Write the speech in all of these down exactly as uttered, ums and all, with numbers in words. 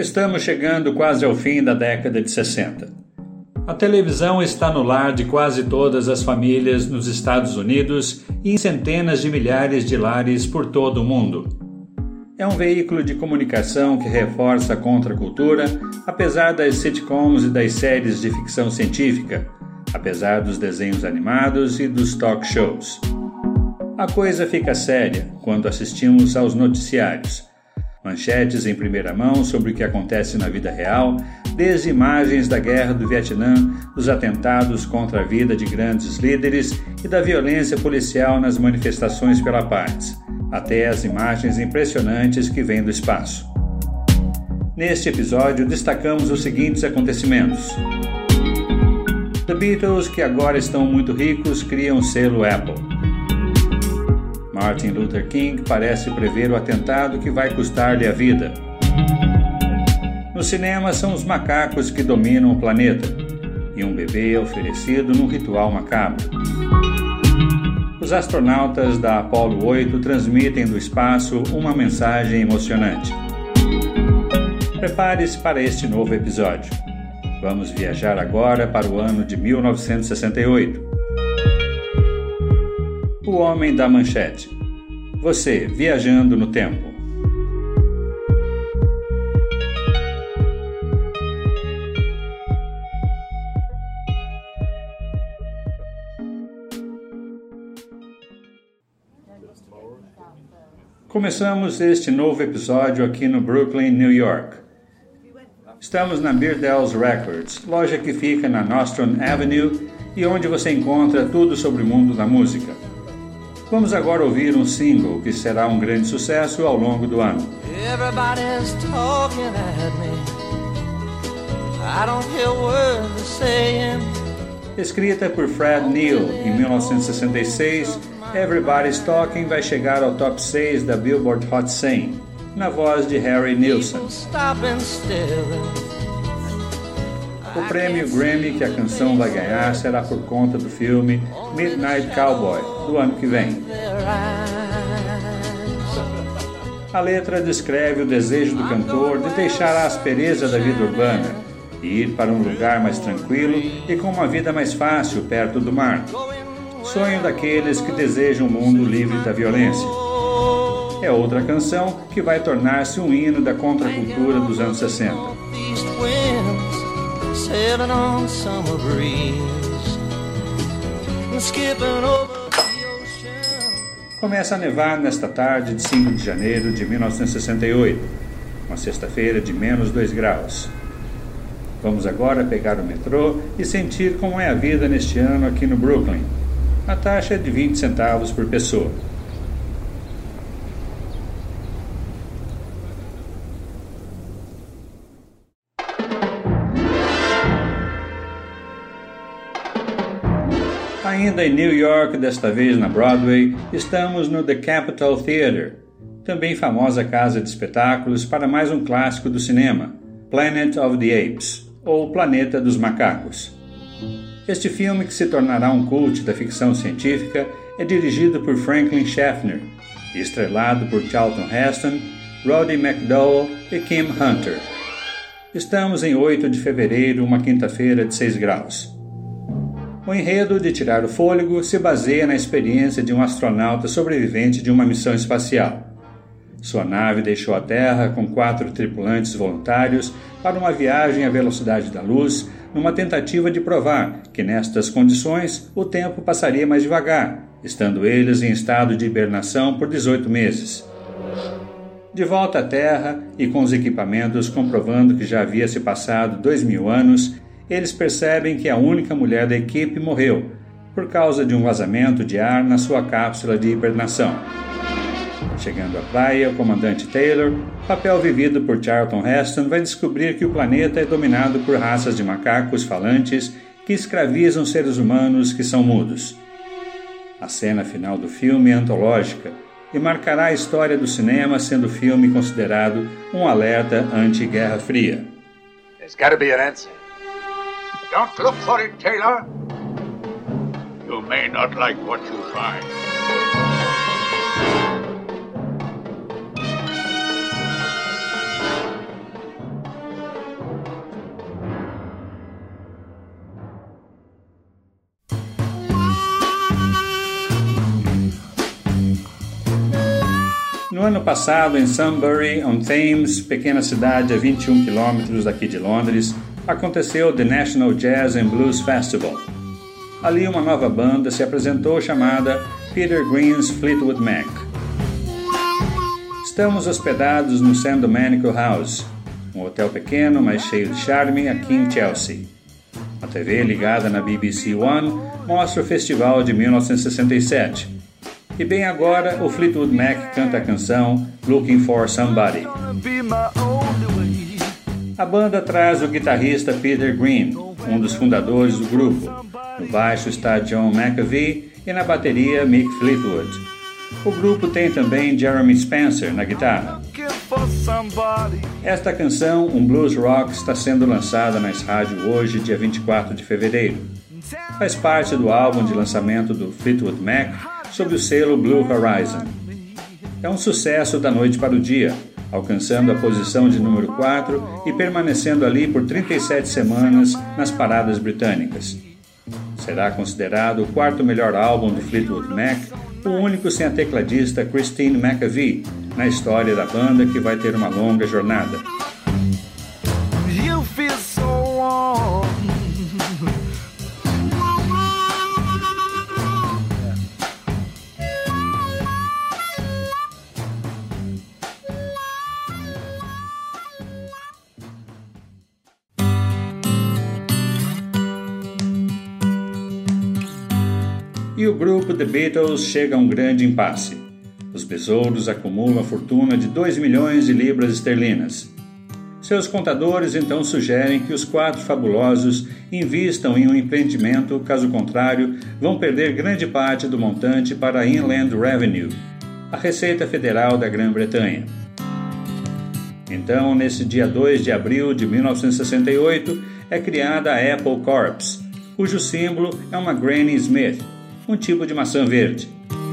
Estamos chegando quase ao fim da década de sessenta. A televisão está no lar de quase todas as famílias nos Estados Unidos e em centenas de milhares de lares por todo o mundo. É um veículo de comunicação que reforça a contracultura, apesar das sitcoms e das séries de ficção científica, apesar dos desenhos animados e dos talk shows. A coisa fica séria quando assistimos aos noticiários. Manchetes em primeira mão sobre o que acontece na vida real, desde imagens da guerra do Vietnã, dos atentados contra a vida de grandes líderes e da violência policial nas manifestações pela paz, até as imagens impressionantes que vêm do espaço. Neste episódio, destacamos os seguintes acontecimentos. The Beatles, que agora estão muito ricos, criam o selo Apple. Martin Luther King parece prever o atentado que vai custar-lhe a vida. No cinema são os macacos que dominam o planeta e um bebê oferecido num ritual macabro. Os astronautas da Apollo oito transmitem do espaço uma mensagem emocionante. Prepare-se para este novo episódio. Vamos viajar agora para o ano de mil novecentos e sessenta e oito. O Homem da Manchete. Você viajando no tempo. Começamos este novo episódio aqui no Brooklyn, New York. Estamos na Beardell's Records, loja que fica na Nostrand Avenue e onde você encontra tudo sobre o mundo da música. Vamos agora ouvir um single que será um grande sucesso ao longo do ano. Everybody's talking at me. I don't hear words they're saying. Escrita por Fred Neil em mil novecentos e sessenta e seis, Everybody's Talking vai chegar ao top seis da Billboard Hot cem, na voz de Harry Nilsson. O prêmio Grammy que a canção vai ganhar será por conta do filme Midnight Cowboy, do ano que vem. A letra descreve o desejo do cantor de deixar a aspereza da vida urbana e ir para um lugar mais tranquilo e com uma vida mais fácil perto do mar. Sonho daqueles que desejam um mundo livre da violência. É outra canção que vai tornar-se um hino da contracultura dos anos sessenta. Começa a nevar nesta tarde de cinco de janeiro de mil novecentos e sessenta e oito, uma sexta-feira de menos dois graus. Vamos agora pegar o metrô e sentir como é a vida neste ano aqui no Brooklyn. A taxa é de vinte centavos por pessoa. Ainda em New York, desta vez na Broadway, estamos no The Capitol Theatre, também famosa casa de espetáculos para mais um clássico do cinema, Planet of the Apes, ou Planeta dos Macacos. Este filme, que se tornará um cult da ficção científica, é dirigido por Franklin Schaffner e estrelado por Charlton Heston, Roddy McDowall e Kim Hunter. Estamos em oito de fevereiro, uma quinta-feira de seis graus. O enredo de Tirar o Fôlego se baseia na experiência de um astronauta sobrevivente de uma missão espacial. Sua nave deixou a Terra com quatro tripulantes voluntários para uma viagem à velocidade da luz, numa tentativa de provar que, nestas condições, o tempo passaria mais devagar, estando eles em estado de hibernação por dezoito meses. De volta à Terra e com os equipamentos comprovando que já havia se passado dois mil anos, eles percebem que a única mulher da equipe morreu, por causa de um vazamento de ar na sua cápsula de hibernação. Chegando à praia, o comandante Taylor, papel vivido por Charlton Heston, vai descobrir que o planeta é dominado por raças de macacos falantes que escravizam seres humanos que são mudos. A cena final do filme é antológica e marcará a história do cinema, sendo o filme considerado um alerta anti-Guerra Fria. There's got to be an answer. Don't look for it, Taylor. You may not like what you find. No ano passado, em Sunbury-on-Thames, pequena cidade a vinte e um quilômetros daqui de Londres, aconteceu o The National Jazz and Blues Festival. Ali uma nova banda se apresentou chamada Peter Green's Fleetwood Mac. Estamos hospedados no Saint Domenico House, um hotel pequeno, mas cheio de charme, aqui em Chelsea. A T V ligada na B B C One mostra o festival de mil novecentos e sessenta e sete. E bem agora, o Fleetwood Mac canta a canção Looking for Somebody. A banda traz o guitarrista Peter Green, um dos fundadores do grupo. No baixo está John McAvie e na bateria Mick Fleetwood. O grupo tem também Jeremy Spencer na guitarra. Esta canção, um blues rock, está sendo lançada nas rádios hoje, dia vinte e quatro de fevereiro. Faz parte do álbum de lançamento do Fleetwood Mac, sob o selo Blue Horizon. É um sucesso da noite para o dia, alcançando a posição de número quatro e permanecendo ali por trinta e sete semanas nas paradas britânicas. Será considerado o quarto melhor álbum do Fleetwood Mac, o único sem a tecladista Christine McAvie, na história da banda, que vai ter uma longa jornada. You feel so warm. E o grupo The Beatles chega a um grande impasse. Os besouros acumulam a fortuna de dois milhões de libras esterlinas. Seus contadores então sugerem que os quatro fabulosos invistam em um empreendimento, caso contrário, vão perder grande parte do montante para a Inland Revenue, a Receita Federal da Grã-Bretanha. Então, nesse dia dois de abril de mil novecentos e sessenta e oito, é criada a Apple Corps, cujo símbolo é uma Granny Smith, um tipo de maçã verde.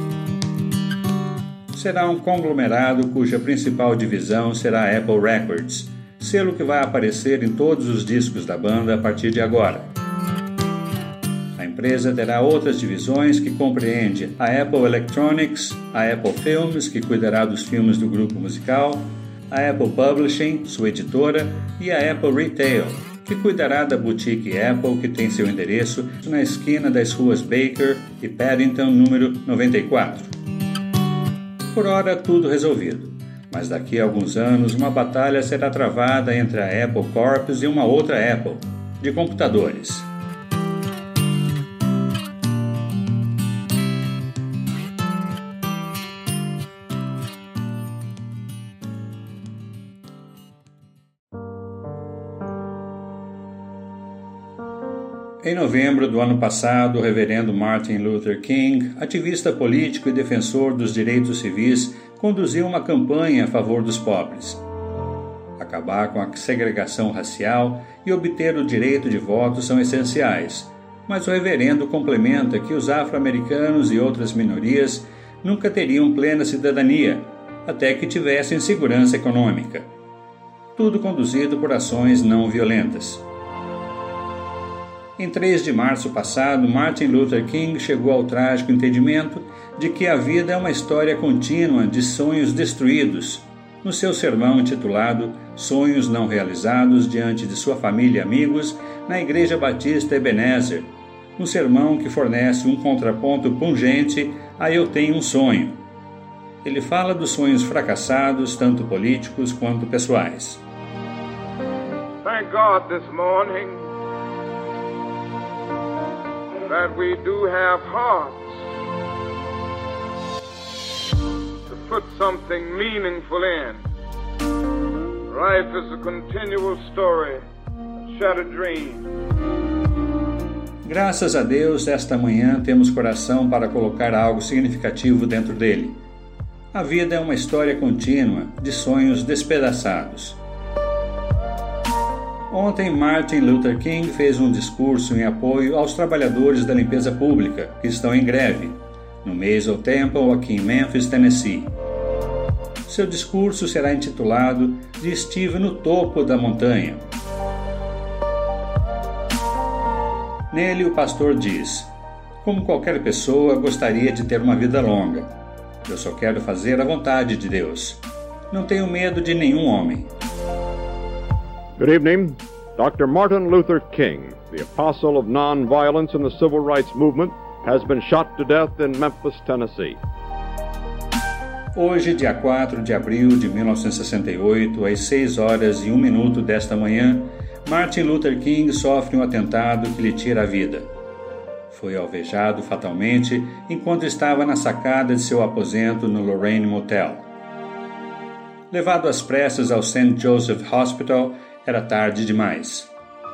Será um conglomerado cuja principal divisão será a Apple Records, selo que vai aparecer em todos os discos da banda a partir de agora. A empresa terá outras divisões que compreende a Apple Electronics, a Apple Films, que cuidará dos filmes do grupo musical, a Apple Publishing, sua editora, e a Apple Retail, que cuidará da boutique Apple, que tem seu endereço na esquina das ruas Baker e Paddington, número noventa e quatro. Por hora, tudo resolvido, mas daqui a alguns anos uma batalha será travada entre a Apple Corps e uma outra Apple, de computadores. Em novembro do ano passado, o reverendo Martin Luther King, ativista político e defensor dos direitos civis, conduziu uma campanha a favor dos pobres. Acabar com a segregação racial e obter o direito de voto são essenciais, mas o reverendo complementa que os afro-americanos e outras minorias nunca teriam plena cidadania, até que tivessem segurança econômica. Tudo conduzido por ações não violentas. Em três de março passado, Martin Luther King chegou ao trágico entendimento de que a vida é uma história contínua de sonhos destruídos, no seu sermão intitulado Sonhos Não Realizados diante de sua família e amigos, na Igreja Batista Ebenezer, um sermão que fornece um contraponto pungente a Eu Tenho um Sonho. Ele fala dos sonhos fracassados, tanto políticos quanto pessoais. Thank God this morning that we do have hearts to put something meaningful in. Life is a continual story, a shattered dream. Graças a Deus, esta manhã temos coração para colocar algo significativo dentro dele. A vida é uma história contínua de sonhos despedaçados. Ontem, Martin Luther King fez um discurso em apoio aos trabalhadores da limpeza pública, que estão em greve, no Mason Temple, aqui em Memphis, Tennessee. Seu discurso será intitulado de Estive no Topo da Montanha. Nele, o pastor diz: como qualquer pessoa, gostaria de ter uma vida longa. Eu só quero fazer a vontade de Deus. Não tenho medo de nenhum homem. Good evening. Doctor Martin Luther King, the apostle of nonviolence in the civil rights movement, has been shot to death in Memphis, Tennessee. Hoje, dia quatro de abril de mil novecentos e sessenta e oito, às seis horas e um minuto desta manhã, Martin Luther King sofre um atentado que lhe tira a vida. Foi alvejado fatalmente enquanto estava na sacada de seu aposento no Lorraine Motel. Levado às pressas ao Saint Joseph Hospital, era tarde demais.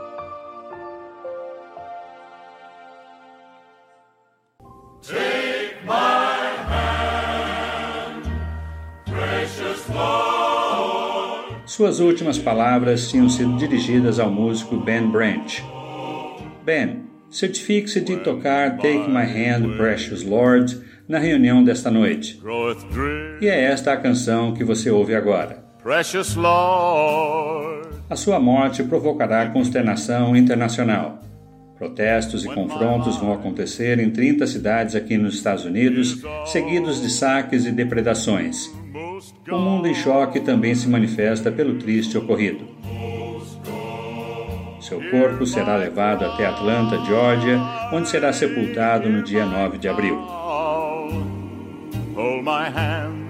Take my hand, precious Lord. Suas últimas palavras tinham sido dirigidas ao músico Ben Branch. Ben, certifique-se de tocar Take My Hand, Precious Lord na reunião desta noite. E é esta a canção que você ouve agora. Precious Lord. A sua morte provocará consternação internacional. Protestos e confrontos vão acontecer em trinta cidades aqui nos Estados Unidos, seguidos de saques e depredações. O mundo em choque também se manifesta pelo triste ocorrido. Seu corpo será levado até Atlanta, Geórgia, onde será sepultado no dia nove de abril. Hold my hand,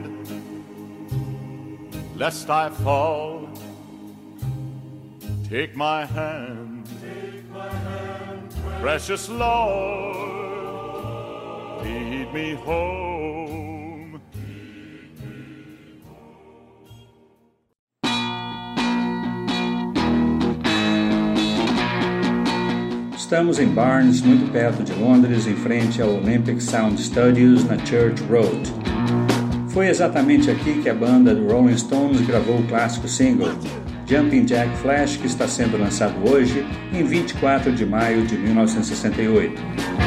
lest I fall. Take my hand, precious Lord, lead me home. Estamos em Barnes, muito perto de Londres, em frente ao Olympic Sound Studios, na Church Road. Foi exatamente aqui que a banda do Rolling Stones gravou o clássico single Jumping Jack Flash, que está sendo lançado hoje, em vinte e quatro de maio de mil novecentos e sessenta e oito.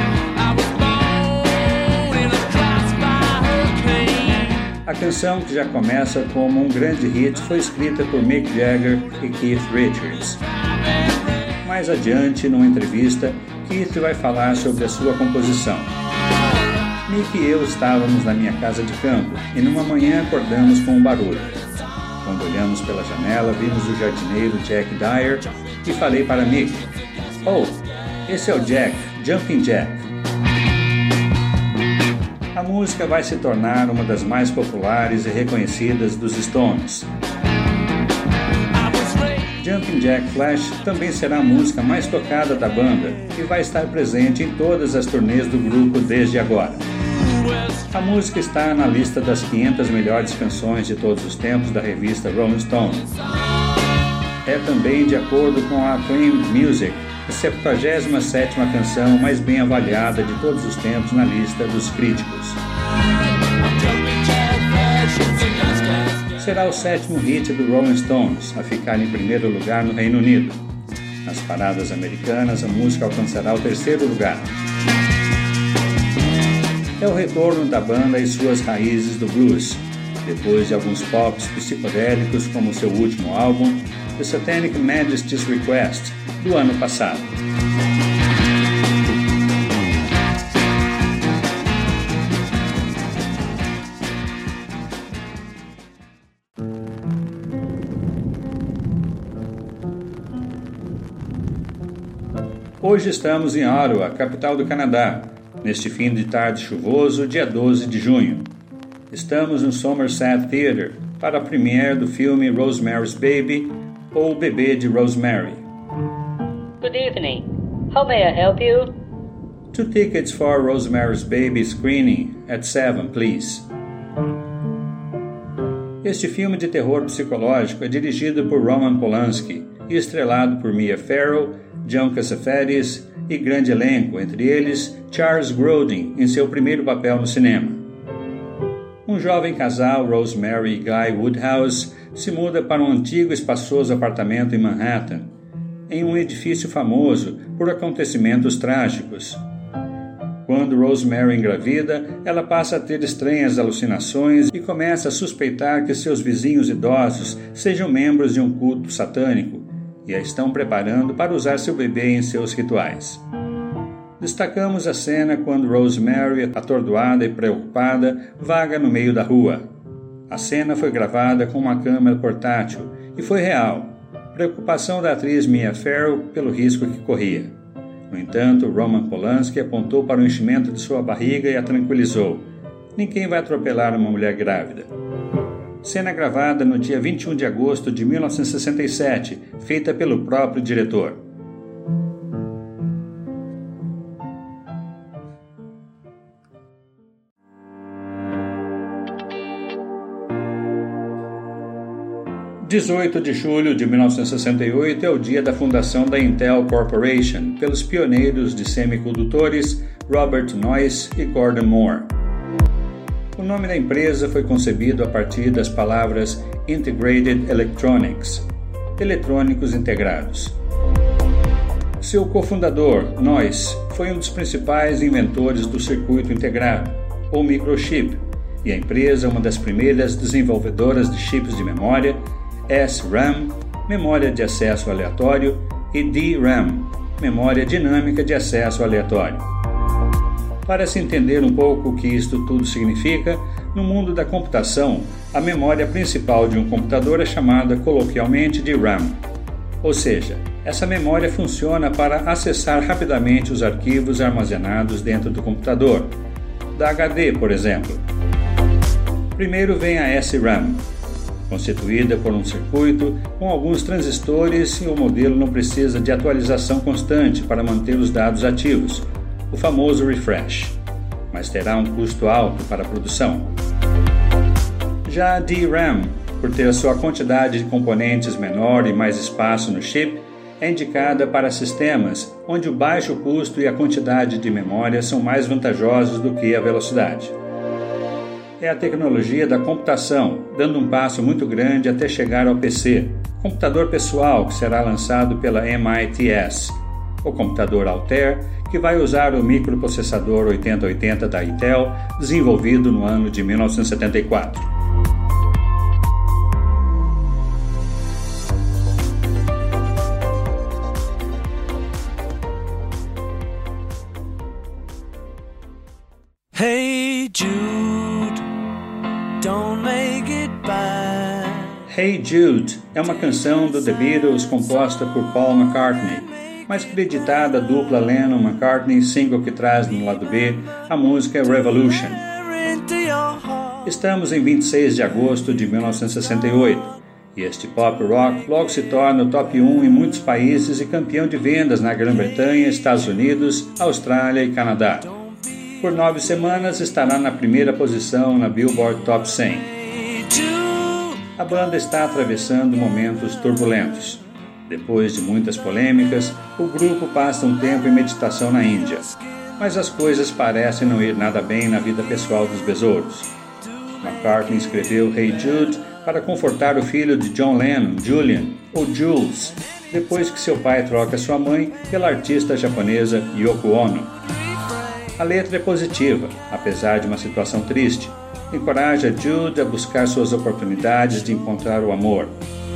A canção, que já começa como um grande hit, foi escrita por Mick Jagger e Keith Richards. Mais adiante, numa entrevista, Keith vai falar sobre a sua composição. Mick e eu estávamos na minha casa de campo e numa manhã acordamos com um barulho. Quando olhamos pela janela, vimos o jardineiro Jack Dyer e falei para Mick: "Oh, esse é o Jack, Jumping Jack." A música vai se tornar uma das mais populares e reconhecidas dos Stones. Jumping Jack Flash também será a música mais tocada da banda e vai estar presente em todas as turnês do grupo desde agora. A música está na lista das quinhentas melhores canções de todos os tempos da revista Rolling Stone. É também, de acordo com a Acclaimed Music, a septuagésima sétima canção mais bem avaliada de todos os tempos na lista dos críticos. Será o sétimo hit do Rolling Stones a ficar em primeiro lugar no Reino Unido. Nas paradas americanas, a música alcançará o terceiro lugar. É o retorno da banda e suas raízes do blues, depois de alguns pops psicodélicos como seu último álbum, The Satanic Majesty's Request, do ano passado. Hoje estamos em Ottawa, capital do Canadá, neste fim de tarde chuvoso, dia doze de junho. Estamos no Somerset Theatre para a premiere do filme Rosemary's Baby, ou O Bebê de Rosemary. Good evening. How may I help you? Two tickets for Rosemary's Baby screening at seven, please. Este filme de terror psicológico é dirigido por Roman Polanski e estrelado por Mia Farrow, John Cassavetes e grande elenco, entre eles Charles Grodin, em seu primeiro papel no cinema. Um jovem casal, Rosemary e Guy Woodhouse, se muda para um antigo e espaçoso apartamento em Manhattan, em um edifício famoso por acontecimentos trágicos. Quando Rosemary engravida, ela passa a ter estranhas alucinações e começa a suspeitar que seus vizinhos idosos sejam membros de um culto satânico e a estão preparando para usar seu bebê em seus rituais. Destacamos a cena quando Rosemary, atordoada e preocupada, vaga no meio da rua. A cena foi gravada com uma câmera portátil e foi real. Preocupação da atriz Mia Farrow pelo risco que corria. No entanto, Roman Polanski apontou para o enchimento de sua barriga e a tranquilizou. Ninguém vai atropelar uma mulher grávida. Cena gravada no dia vinte e um de agosto de mil novecentos e sessenta e sete, feita pelo próprio diretor. dezoito de julho de mil novecentos e sessenta e oito é o dia da fundação da Intel Corporation pelos pioneiros de semicondutores Robert Noyce e Gordon Moore. O nome da empresa foi concebido a partir das palavras Integrated Electronics, eletrônicos integrados. Seu cofundador, Noyce, foi um dos principais inventores do circuito integrado, ou microchip, e a empresa é uma das primeiras desenvolvedoras de chips de memória, S RAM, memória de acesso aleatório, e D RAM, memória dinâmica de acesso aleatório. Para se entender um pouco o que isto tudo significa, no mundo da computação, a memória principal de um computador é chamada coloquialmente de RAM. Ou seja, essa memória funciona para acessar rapidamente os arquivos armazenados dentro do computador, da H D, por exemplo. Primeiro vem a S RAM, constituída por um circuito com alguns transistores, e o modelo não precisa de atualização constante para manter os dados ativos, o famoso refresh, mas terá um custo alto para a produção. Já a D RAM, por ter a sua quantidade de componentes menor e mais espaço no chip, é indicada para sistemas onde o baixo custo e a quantidade de memória são mais vantajosos do que a velocidade. É a tecnologia da computação, dando um passo muito grande até chegar ao P C, computador pessoal que será lançado pela M I T S, o computador Altair, que vai usar o microprocessador oitenta oitenta da Intel, desenvolvido no ano de mil novecentos e setenta e quatro. Hey Jude, don't make it bad. Hey Jude é uma canção do The Beatles composta por Paul McCartney, mas creditada à dupla Lennon-McCartney, single que traz no lado B a música Revolution. Estamos em vinte e seis de agosto de mil novecentos e sessenta e oito, e este pop rock logo se torna o top um em muitos países e campeão de vendas na Grã-Bretanha, Estados Unidos, Austrália e Canadá. Por nove semanas estará na primeira posição na Billboard Top cem. A banda está atravessando momentos turbulentos. Depois de muitas polêmicas, o grupo passa um tempo em meditação na Índia. Mas as coisas parecem não ir nada bem na vida pessoal dos besouros. McCartney escreveu Hey Jude para confortar o filho de John Lennon, Julian, ou Jules, depois que seu pai troca sua mãe pela artista japonesa Yoko Ono. A letra é positiva, apesar de uma situação triste. Encoraja Jude a buscar suas oportunidades de encontrar o amor.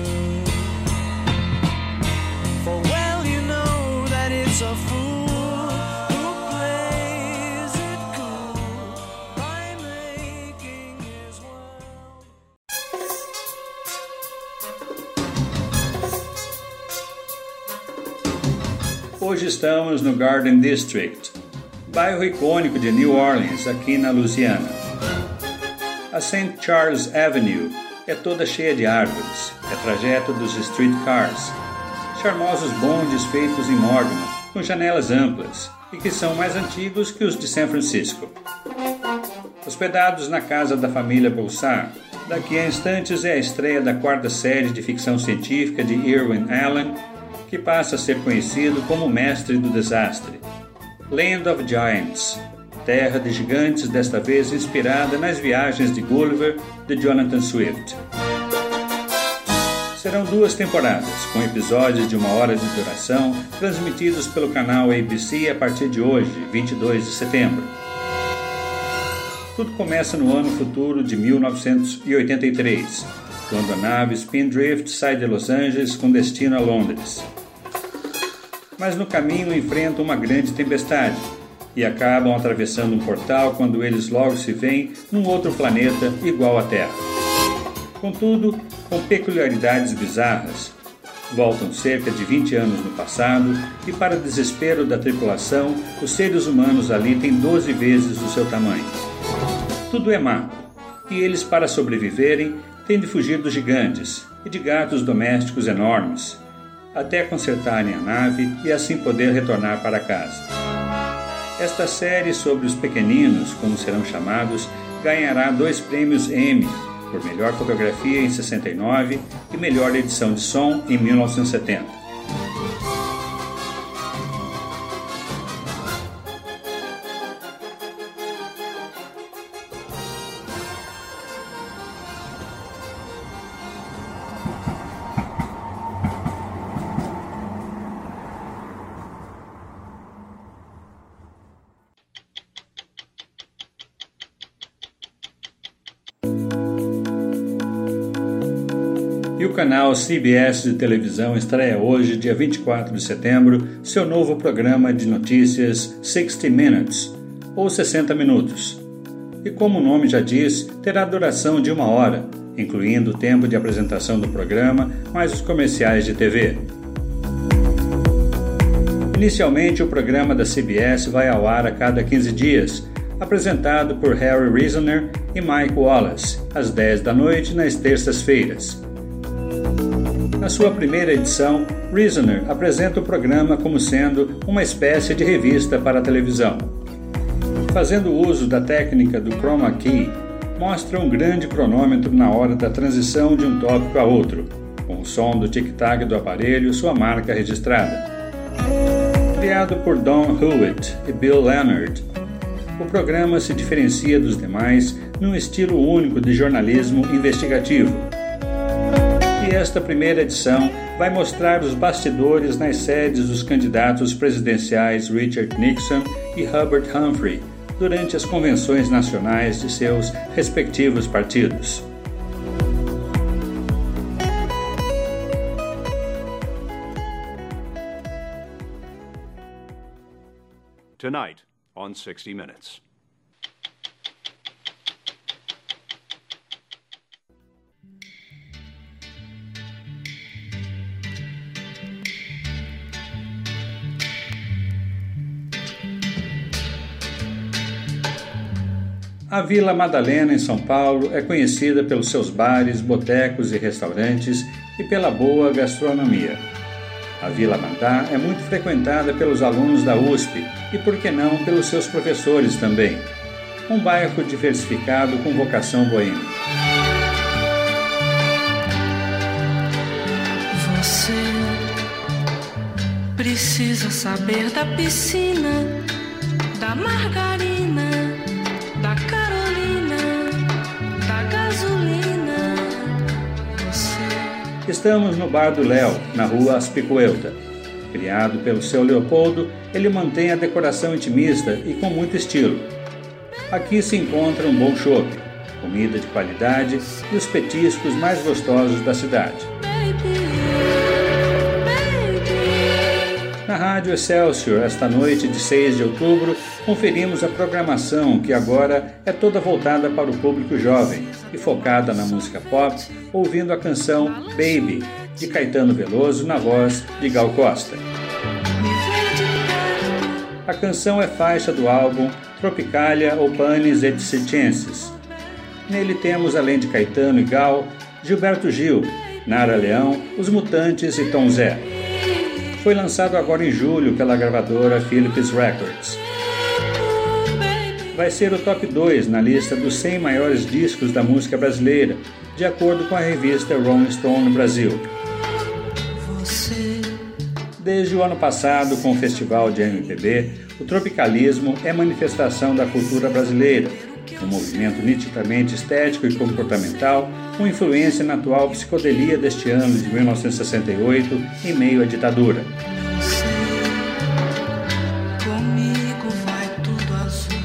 Hoje estamos no Garden District, bairro icônico de New Orleans, aqui na Louisiana. A Saint Charles Avenue é toda cheia de árvores, é trajeto dos streetcars, charmosos bondes feitos em mogno, com janelas amplas e que são mais antigos que os de São Francisco. Hospedados na casa da família Bolsar, daqui a instantes é a estreia da quarta série de ficção científica de Irwin Allen, que passa a ser conhecido como o mestre do desastre. Land of Giants, Terra de Gigantes, desta vez inspirada nas viagens de Gulliver, de Jonathan Swift. Serão duas temporadas, com episódios de uma hora de duração, transmitidos pelo canal A B C a partir de hoje, vinte e dois de setembro. Tudo começa no ano futuro de mil novecentos e oitenta e três, quando a nave Spindrift sai de Los Angeles com destino a Londres. mas no caminho enfrentam uma grande tempestade e acabam atravessando um portal quando eles logo se veem num outro planeta igual à Terra. Contudo, com peculiaridades bizarras, voltam cerca de vinte anos no passado e, para desespero da tripulação, os seres humanos ali têm doze vezes o seu tamanho. Tudo é mato, e eles, para sobreviverem, têm de fugir dos gigantes e de gatos domésticos enormes, até consertarem a nave e assim poder retornar para casa. Esta série sobre os pequeninos, como serão chamados, ganhará dois prêmios Emmy, por melhor fotografia em sessenta e nove e melhor edição de som em mil novecentos e setenta. E o canal C B S de televisão estreia hoje, dia vinte e quatro de setembro, seu novo programa de notícias sixty minutes, ou sessenta minutos. E como o nome já diz, terá duração de uma hora, incluindo o tempo de apresentação do programa, mais os comerciais de T V. Inicialmente, o programa da C B S vai ao ar a cada quinze dias, apresentado por Harry Reasoner e Mike Wallace, às dez da noite nas terças-feiras. Na sua primeira edição, Reasoner apresenta o programa como sendo uma espécie de revista para a televisão. Fazendo uso da técnica do chroma key, mostra um grande cronômetro na hora da transição de um tópico a outro, com o som do tic-tac do aparelho, sua marca registrada. Criado por Don Hewitt e Bill Leonard, o programa se diferencia dos demais num estilo único de jornalismo investigativo. E esta primeira edição vai mostrar os bastidores nas sedes dos candidatos presidenciais Richard Nixon e Hubert Humphrey durante as convenções nacionais de seus respectivos partidos. Tonight on sixty minutes. A Vila Madalena, em São Paulo, é conhecida pelos seus bares, botecos e restaurantes e pela boa gastronomia. A Vila Madá é muito frequentada pelos alunos da U S P e, por que não, pelos seus professores também. Um bairro diversificado com vocação boêmia. Você precisa saber da piscina, da margarina, da Carolina, da gasolina. Você... Estamos no Bar do Léo, na rua Aspicuelta. Criado pelo seu Leopoldo, ele mantém a decoração intimista e com muito estilo. Aqui se encontra um bom chopp, comida de qualidade e os petiscos mais gostosos da cidade. Na Rádio Excelsior, esta noite de seis de outubro, conferimos a programação que agora é toda voltada para o público jovem e focada na música pop, ouvindo a canção Baby, de Caetano Veloso na voz de Gal Costa. A canção é faixa do álbum Tropicalia ou Panis et Circenses. Nele temos, além de Caetano e Gal, Gilberto Gil, Nara Leão, Os Mutantes e Tom Zé. Foi lançado agora em julho pela gravadora Philips Records. Vai ser o top dois na lista dos cem maiores discos da música brasileira, de acordo com a revista Rolling Stone Brasil. Desde o ano passado, com o Festival de M P B, o tropicalismo é manifestação da cultura brasileira, um movimento nitidamente estético e comportamental, com influência na atual psicodelia deste ano de mil novecentos e sessenta e oito, em meio à ditadura. Comigo vai tudo azul,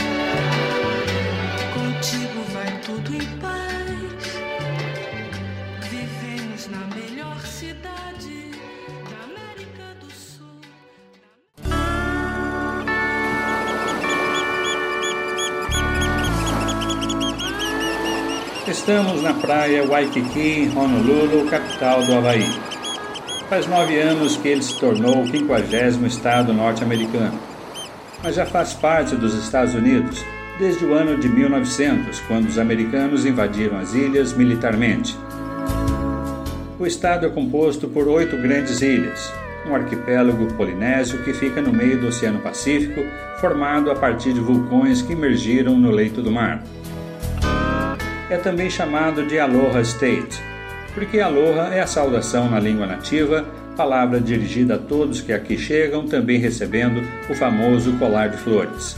contigo vai tudo em paz. Vivemos na melhor cidade da América do Sul. Estamos na praia Waikiki, em Honolulu, capital do Havaí. Faz nove anos que ele se tornou o quinquagésimo estado norte-americano, mas já faz parte dos Estados Unidos desde o ano de mil e novecentos, quando os americanos invadiram as ilhas militarmente. O estado é composto por oito grandes ilhas, um arquipélago polinésio que fica no meio do Oceano Pacífico, formado a partir de vulcões que emergiram no leito do mar. É também chamado de Aloha State, porque Aloha é a saudação na língua nativa, palavra dirigida a todos que aqui chegam, também recebendo o famoso colar de flores.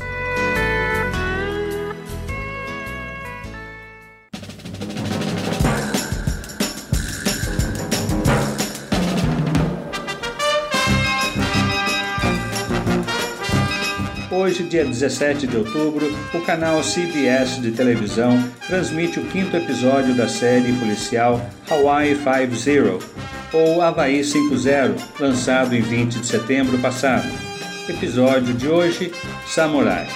Hoje, dia dezessete de outubro, o canal C B S de televisão transmite o quinto episódio da série policial Hawaii cinquenta, ou Havaí cinquenta, lançado em vinte de setembro passado. Episódio de hoje, Samurai.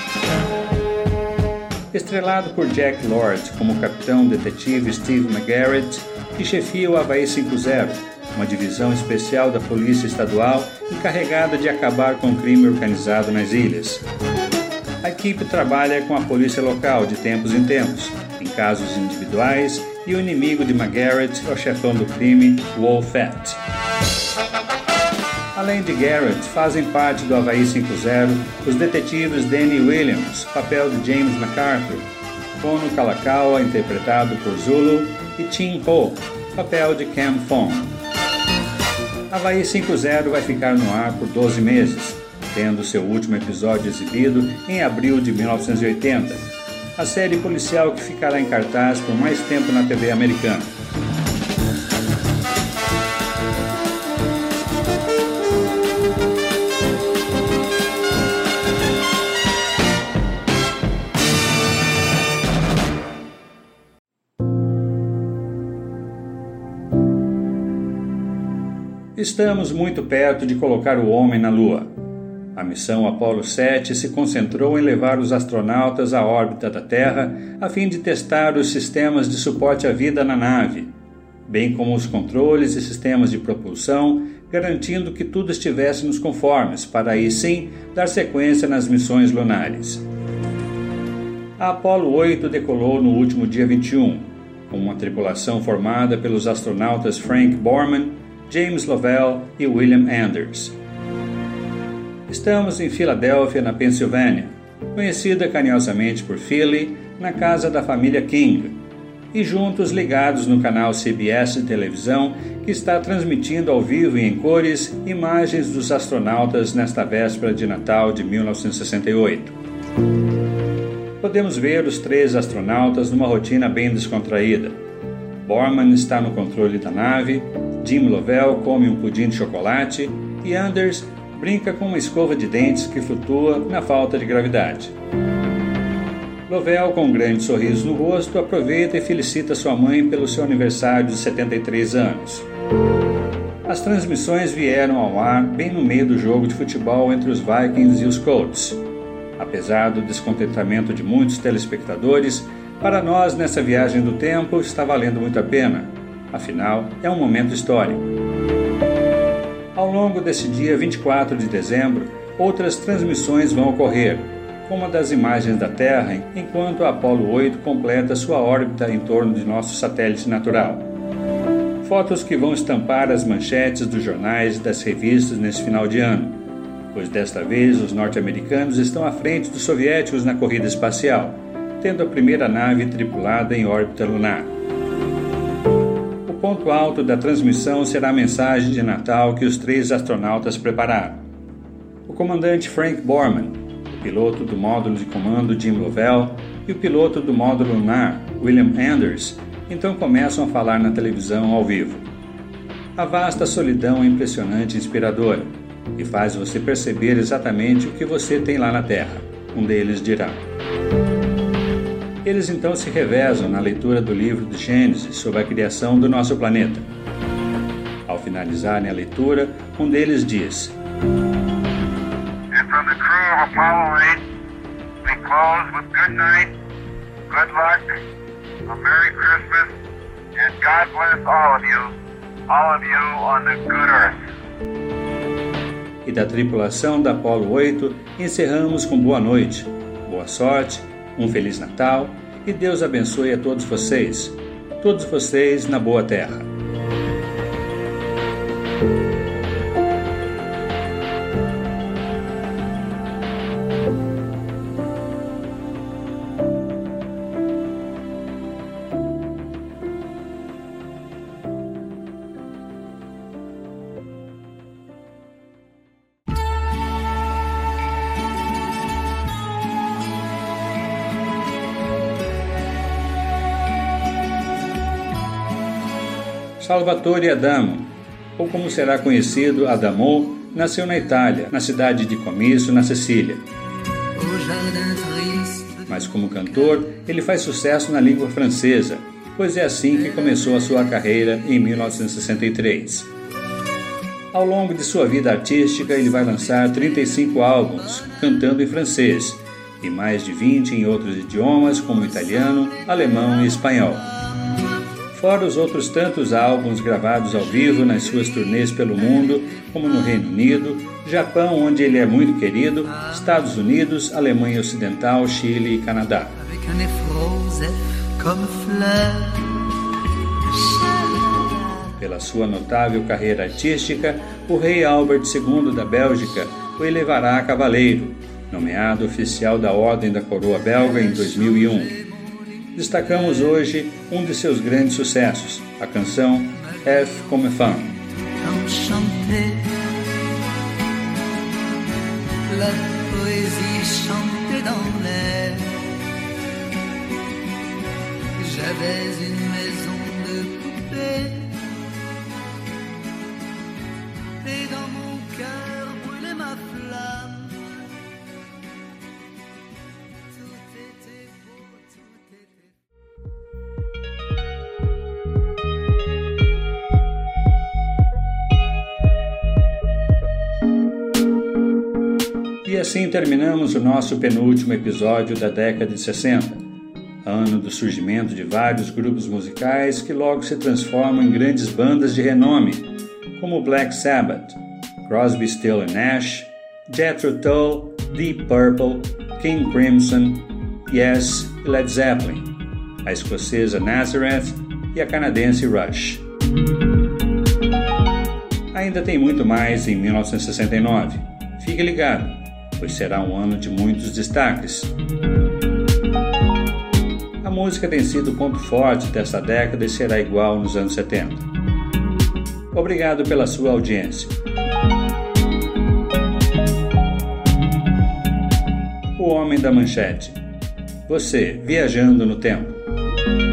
Estrelado por Jack Lord como capitão detetive Steve McGarrett, que chefia o Havaí cinquenta, uma divisão especial da Polícia Estadual encarregada de acabar com o crime organizado nas ilhas. A equipe trabalha com a polícia local de tempos em tempos, em casos individuais, e o inimigo de McGarrett é o chefão do crime, Wolfett. Além de Garrett, fazem parte do Havaí cinquenta os detetives Danny Williams, papel de James MacArthur, Kono Kalakaua, interpretado por Zulu, e Tim Ho, papel de Cam Fong. Havaí cinquenta vai ficar no ar por doze meses, tendo seu último episódio exibido em abril de mil novecentos e oitenta, a série policial que ficará em cartaz por mais tempo na T V americana. Estamos muito perto de colocar o homem na Lua. A missão Apollo sete se concentrou em levar os astronautas à órbita da Terra a fim de testar os sistemas de suporte à vida na nave, bem como os controles e sistemas de propulsão, garantindo que tudo estivesse nos conformes para aí sim dar sequência nas missões lunares. A Apollo oito decolou no último dia vinte e um, com uma tripulação formada pelos astronautas Frank Borman, James Lovell e William Anders. Estamos em Filadélfia, na Pensilvânia, conhecida carinhosamente por Philly, na casa da família King, e juntos ligados no canal C B S de televisão, que está transmitindo ao vivo e em cores imagens dos astronautas nesta véspera de Natal de mil novecentos e sessenta e oito. Podemos ver os três astronautas numa rotina bem descontraída. Borman está no controle da nave, Jim Lovell come um pudim de chocolate e Anders brinca com uma escova de dentes que flutua na falta de gravidade. Lovell, com um grande sorriso no rosto, aproveita e felicita sua mãe pelo seu aniversário de setenta e três anos. As transmissões vieram ao ar bem no meio do jogo de futebol entre os Vikings e os Colts. Apesar do descontentamento de muitos telespectadores, para nós nessa viagem do tempo está valendo muito a pena. Afinal, é um momento histórico. Ao longo desse dia vinte e quatro de dezembro, outras transmissões vão ocorrer, como a das imagens da Terra, enquanto a Apollo oito completa sua órbita em torno de nosso satélite natural. Fotos que vão estampar as manchetes dos jornais e das revistas nesse final de ano, pois desta vez os norte-americanos estão à frente dos soviéticos na corrida espacial, tendo a primeira nave tripulada em órbita lunar. O ponto alto da transmissão será a mensagem de Natal que os três astronautas prepararam. O comandante Frank Borman, o piloto do módulo de comando Jim Lovell e o piloto do módulo lunar William Anders então começam a falar na televisão ao vivo. A vasta solidão é impressionante e inspiradora e faz você perceber exatamente o que você tem lá na Terra, um deles dirá. Eles então se revezam na leitura do livro de Gênesis sobre a criação do nosso planeta. Ao finalizarem a leitura, um deles diz: And from the crew of Apollo eight, we close with good night, good luck, a Merry Christmas, and God bless all of you, all of you on the good earth. E da tripulação da Apollo oito, encerramos com boa noite, boa sorte, um Feliz Natal e Deus abençoe a todos vocês, todos vocês na boa terra. Salvatore Adamo, ou como será conhecido, Adamo, nasceu na Itália, na cidade de Comiso, na Sicília. Mas como cantor, ele faz sucesso na língua francesa, pois é assim que começou a sua carreira em mil novecentos e sessenta e três. Ao longo de sua vida artística, ele vai lançar trinta e cinco álbuns, cantando em francês, e mais de vinte em outros idiomas como italiano, alemão e espanhol. Fora os outros tantos álbuns gravados ao vivo nas suas turnês pelo mundo, como no Reino Unido, Japão, onde ele é muito querido, Estados Unidos, Alemanha Ocidental, Chile e Canadá. Pela sua notável carreira artística, o rei Albert segundo da Bélgica o elevará a cavaleiro, nomeado oficial da Ordem da Coroa Belga em dois mil e um. Destacamos hoje um de seus grandes sucessos, a canção F comme Femme. La poésie chantée dans l'air. J'avais une maison de poupée et dans mon cœur brûlait ma flamme. Tout était beau, tout était... E assim terminamos o nosso penúltimo episódio da década de sessenta, ano do surgimento de vários grupos musicais que logo se transformam em grandes bandas de renome, como Black Sabbath, Crosby, Stills and Nash, Jethro Tull, Deep Purple, King Crimson, Yes e Led Zeppelin, a escocesa Nazareth e a canadense Rush. Ainda tem muito mais em mil novecentos e sessenta e nove. Fique ligado, pois será um ano de muitos destaques. A música tem sido o ponto forte desta década e será igual nos anos setenta. Obrigado pela sua audiência. O Homem da Manchete. Você viajando no tempo.